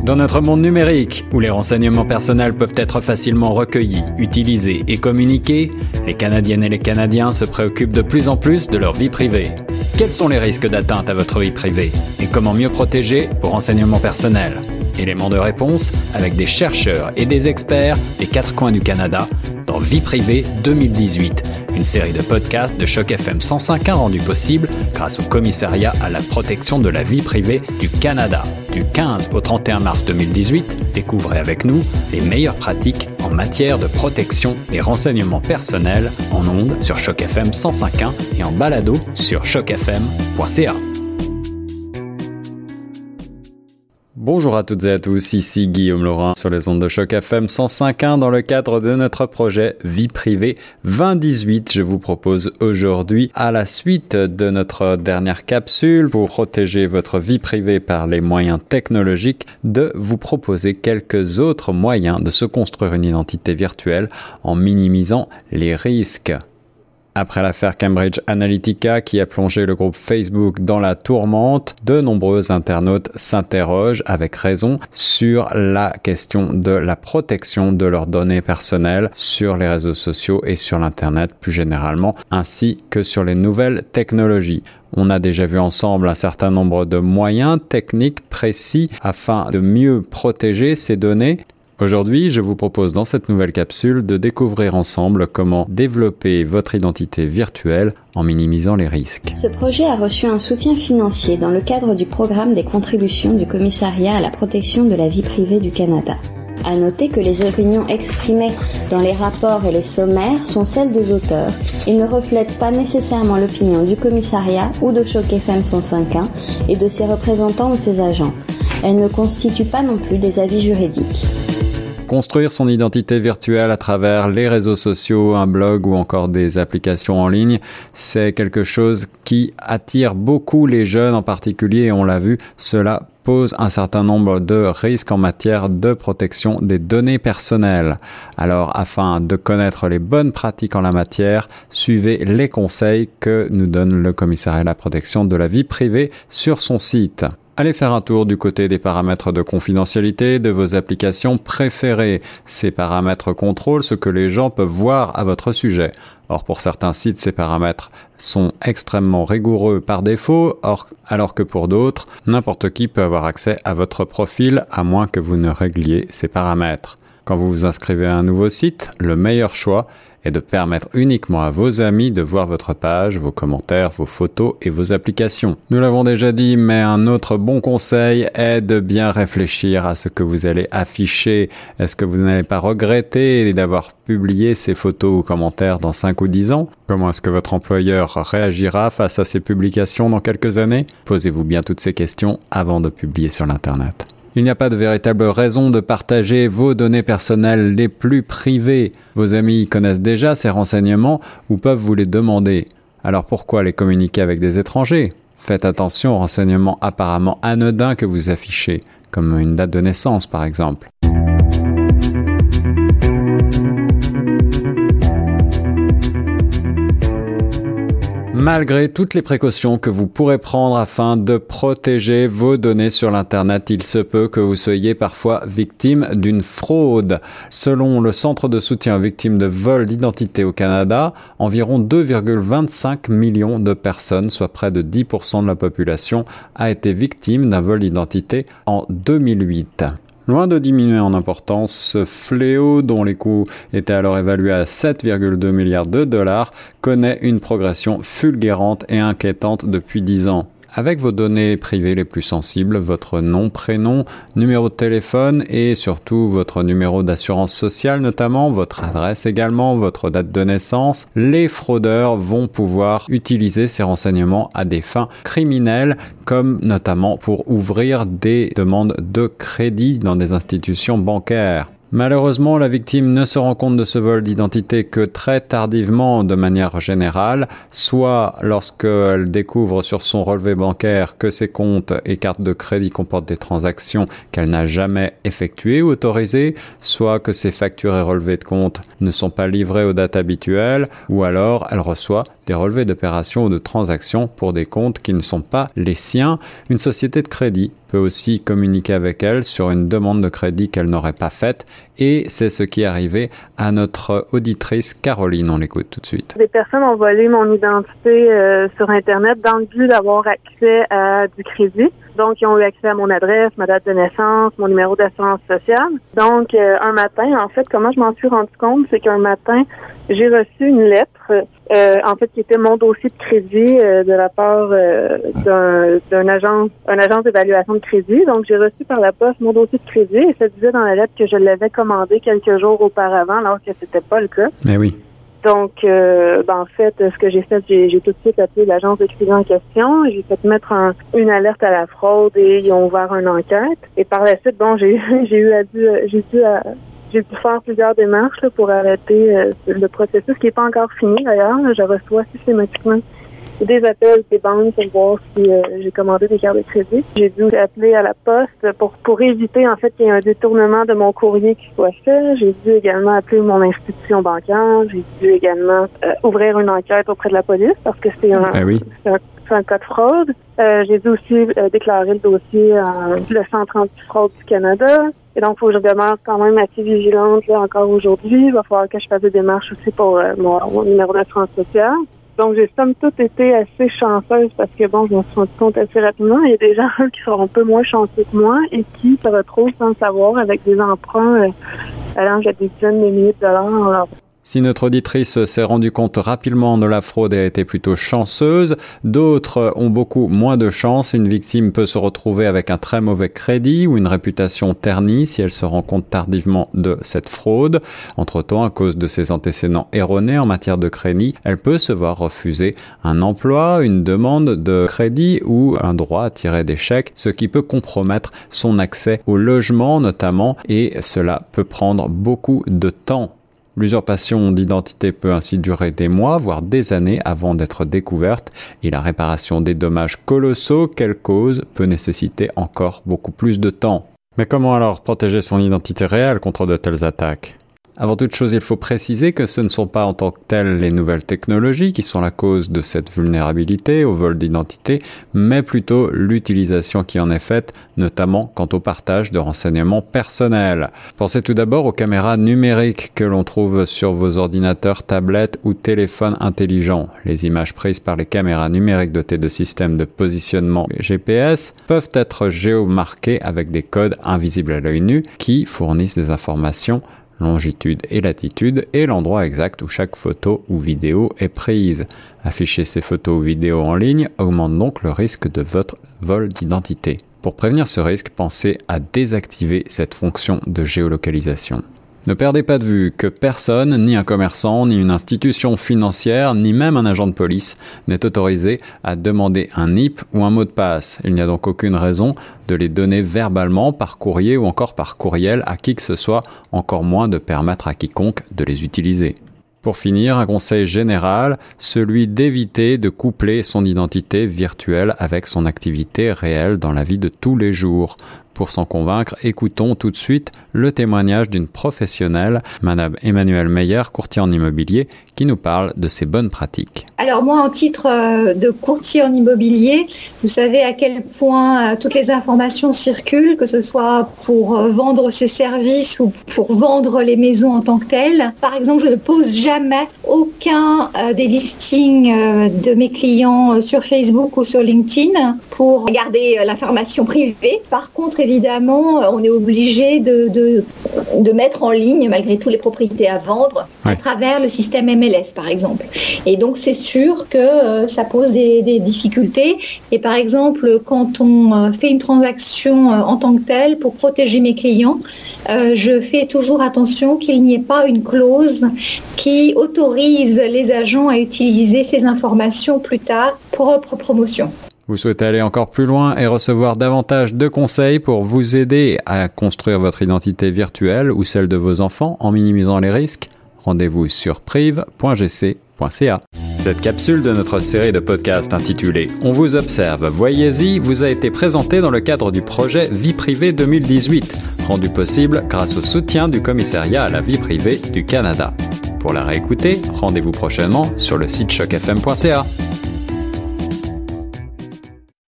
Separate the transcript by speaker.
Speaker 1: Dans notre monde numérique, où les renseignements personnels peuvent être facilement recueillis, utilisés et communiqués, les Canadiennes et les Canadiens se préoccupent de plus en plus de leur vie privée. Quels sont les risques d'atteinte à votre vie privée et comment mieux protéger vos renseignements personnels? Éléments de réponse avec des chercheurs et des experts des quatre coins du Canada dans Vie privée 2018, une série de podcasts de Choc FM 105.1 rendue possible grâce au Commissariat à la protection de la vie privée du Canada. Du 15 au 31 mars 2018, découvrez avec nous les meilleures pratiques en matière de protection des renseignements personnels en ondes sur Choc FM 105.1 et en balado sur chocfm.ca. Bonjour à toutes et à tous, ici Guillaume Laurin sur les ondes de Choc FM 105.1 dans le cadre de notre projet Vie privée 2018. Je vous propose aujourd'hui, à la suite de notre dernière capsule pour protéger votre vie privée par les moyens technologiques, de vous proposer quelques autres moyens de se construire une identité virtuelle en minimisant les risques. Après l'affaire Cambridge Analytica qui a plongé le groupe Facebook dans la tourmente, de nombreux internautes s'interrogent avec raison sur la question de la protection de leurs données personnelles sur les réseaux sociaux et sur l'Internet plus généralement, ainsi que sur les nouvelles technologies. On a déjà vu ensemble un certain nombre de moyens techniques précis afin de mieux protéger ces données. Aujourd'hui, je vous propose dans cette nouvelle capsule de découvrir ensemble comment développer votre identité virtuelle en minimisant les risques.
Speaker 2: Ce projet a reçu un soutien financier dans le cadre du programme des contributions du Commissariat à la protection de la vie privée du Canada. À noter que les opinions exprimées dans les rapports et les sommaires sont celles des auteurs et ne reflètent pas nécessairement l'opinion du commissariat ou de Choc FM 105.1 et de ses représentants ou ses agents. Elles ne constituent pas non plus des avis juridiques.
Speaker 1: Construire son identité virtuelle à travers les réseaux sociaux, un blog ou encore des applications en ligne, c'est quelque chose qui attire beaucoup les jeunes en particulier et on l'a vu, cela pose un certain nombre de risques en matière de protection des données personnelles. Alors, afin de connaître les bonnes pratiques en la matière, suivez les conseils que nous donne le Commissariat à la protection de la vie privée sur son site. Allez faire un tour du côté des paramètres de confidentialité de vos applications préférées. Ces paramètres contrôlent ce que les gens peuvent voir à votre sujet. Or, pour certains sites, ces paramètres sont extrêmement rigoureux par défaut, alors que pour d'autres, n'importe qui peut avoir accès à votre profil à moins que vous ne régliez ces paramètres. Quand vous vous inscrivez à un nouveau site, le meilleur choix est de permettre uniquement à vos amis de voir votre page, vos commentaires, vos photos et vos applications. Nous l'avons déjà dit, mais un autre bon conseil est de bien réfléchir à ce que vous allez afficher. Est-ce que vous n'allez pas regretter d'avoir publié ces photos ou commentaires dans 5 ou 10 ans? Comment est-ce que votre employeur réagira face à ces publications dans quelques années? Posez-vous bien toutes ces questions avant de publier sur l'Internet. Il n'y a pas de véritable raison de partager vos données personnelles les plus privées. Vos amis connaissent déjà ces renseignements ou peuvent vous les demander. Alors pourquoi les communiquer avec des étrangers? Faites attention aux renseignements apparemment anodins que vous affichez, comme une date de naissance par exemple. Malgré toutes les précautions que vous pourrez prendre afin de protéger vos données sur l'Internet, il se peut que vous soyez parfois victime d'une fraude. Selon le Centre de soutien aux victimes de vol d'identité au Canada, environ 2,25 millions de personnes, soit près de 10% de la population, a été victime d'un vol d'identité en 2008. Loin de diminuer en importance, ce fléau, dont les coûts étaient alors évalués à 7,2 milliards de dollars, connaît une progression fulgurante et inquiétante depuis 10 ans. Avec vos données privées les plus sensibles, votre nom, prénom, numéro de téléphone et surtout votre numéro d'assurance sociale notamment, votre adresse également, votre date de naissance, les fraudeurs vont pouvoir utiliser ces renseignements à des fins criminelles, comme notamment pour ouvrir des demandes de crédit dans des institutions bancaires. Malheureusement, la victime ne se rend compte de ce vol d'identité que très tardivement de manière générale, soit lorsqu'elle découvre sur son relevé bancaire que ses comptes et cartes de crédit comportent des transactions qu'elle n'a jamais effectuées ou autorisées, soit que ses factures et relevés de compte ne sont pas livrés aux dates habituelles, ou alors elle reçoit des relevés d'opérations ou de transactions pour des comptes qui ne sont pas les siens. Une société de crédit peut aussi communiquer avec elle sur une demande de crédit qu'elle n'aurait pas faite. Et c'est ce qui est arrivé à notre auditrice Caroline. On l'écoute tout de suite.
Speaker 3: Des personnes ont volé mon identité sur Internet dans le but d'avoir accès à du crédit. Donc, ils ont eu accès à mon adresse, ma date de naissance, mon numéro d'assurance sociale. Donc, un matin, en fait, comment je m'en suis rendu compte, c'est qu'un matin, j'ai reçu une lettre, en fait, qui était mon dossier de crédit de la part d'une agence d'évaluation de crédit. Donc, j'ai reçu par la poste mon dossier de crédit et ça disait dans la lettre que je l'avais commandé quelques jours auparavant, alors que c'était pas le cas.
Speaker 1: Mais oui.
Speaker 3: Donc, en fait, ce que j'ai fait, j'ai tout de suite appelé l'agence de crédit en question. J'ai fait mettre une alerte à la fraude et ils ont ouvert une enquête. Et par la suite, bon, j'ai dû faire plusieurs démarches là, pour arrêter le processus qui n'est pas encore fini d'ailleurs. Je reçois systématiquement des appels des banques pour voir si j'ai commandé des cartes de crédit. J'ai dû appeler à la poste pour éviter en fait qu'il y ait un détournement de mon courrier qui soit fait. J'ai dû également appeler mon institution bancaire. J'ai dû également ouvrir une enquête auprès de la police parce que c'est un cas de fraude. J'ai dû aussi déclarer le dossier le Centre anti-fraude du Canada. Et donc, il faut que je demeure quand même assez vigilante là, encore aujourd'hui. Il va falloir que je fasse des démarches aussi pour mon numéro d'assurance sociale. Donc, j'ai somme toute été assez chanceuse parce que, bon, je me suis rendu compte assez rapidement. Il y a des gens qui sont un peu moins chanceux que moi et qui se retrouvent sans le savoir avec des emprunts allant jusqu'à des dizaines de milliers de dollars. Alors,
Speaker 1: si notre auditrice s'est rendue compte rapidement de la fraude et a été plutôt chanceuse, d'autres ont beaucoup moins de chance. Une victime peut se retrouver avec un très mauvais crédit ou une réputation ternie si elle se rend compte tardivement de cette fraude. Entre-temps, à cause de ses antécédents erronés en matière de crédit, elle peut se voir refuser un emploi, une demande de crédit ou un droit à tirer des chèques, ce qui peut compromettre son accès au logement notamment, et cela peut prendre beaucoup de temps. L'usurpation d'identité peut ainsi durer des mois, voire des années avant d'être découverte, et la réparation des dommages colossaux qu'elle cause peut nécessiter encore beaucoup plus de temps. Mais comment alors protéger son identité réelle contre de telles attaques ? Avant toute chose, il faut préciser que ce ne sont pas en tant que telles les nouvelles technologies qui sont la cause de cette vulnérabilité au vol d'identité, mais plutôt l'utilisation qui en est faite, notamment quant au partage de renseignements personnels. Pensez tout d'abord aux caméras numériques que l'on trouve sur vos ordinateurs, tablettes ou téléphones intelligents. Les images prises par les caméras numériques dotées de systèmes de positionnement GPS peuvent être géomarquées avec des codes invisibles à l'œil nu qui fournissent des informations longitude et latitude et l'endroit exact où chaque photo ou vidéo est prise. Afficher ces photos ou vidéos en ligne augmente donc le risque de votre vol d'identité. Pour prévenir ce risque, pensez à désactiver cette fonction de géolocalisation. Ne perdez pas de vue que personne, ni un commerçant, ni une institution financière, ni même un agent de police n'est autorisé à demander un NIP ou un mot de passe. Il n'y a donc aucune raison de les donner verbalement, par courrier ou encore par courriel à qui que ce soit, encore moins de permettre à quiconque de les utiliser. Pour finir, un conseil général, celui d'éviter de coupler son identité virtuelle avec son activité réelle dans la vie de tous les jours. Pour s'en convaincre, écoutons tout de suite le témoignage d'une professionnelle, Madame Emmanuelle Meyer, courtier en immobilier, qui nous parle de ses bonnes pratiques.
Speaker 4: Alors moi, en titre de courtier en immobilier, vous savez à quel point toutes les informations circulent, que ce soit pour vendre ses services ou pour vendre les maisons en tant que telles. Par exemple, je ne pose jamais aucun des listings de mes clients sur Facebook ou sur LinkedIn pour garder l'information privée. Par contre, évidemment, on est obligé de mettre en ligne, malgré tout, les propriétés à vendre à travers le système MLS, par exemple. Et donc, c'est sûr que ça pose des difficultés. Et par exemple, quand on fait une transaction en tant que telle, pour protéger mes clients, je fais toujours attention qu'il n'y ait pas une clause qui autorise les agents à utiliser ces informations plus tard pour propre promotion.
Speaker 1: Vous souhaitez aller encore plus loin et recevoir davantage de conseils pour vous aider à construire votre identité virtuelle ou celle de vos enfants en minimisant les risques? Rendez-vous sur prive.gc.ca. Cette capsule de notre série de podcasts intitulée « On vous observe, voyez-y » vous a été présentée dans le cadre du projet Vie privée 2018, rendu possible grâce au soutien du Commissariat à la vie privée du Canada. Pour la réécouter, rendez-vous prochainement sur le site chocfm.ca.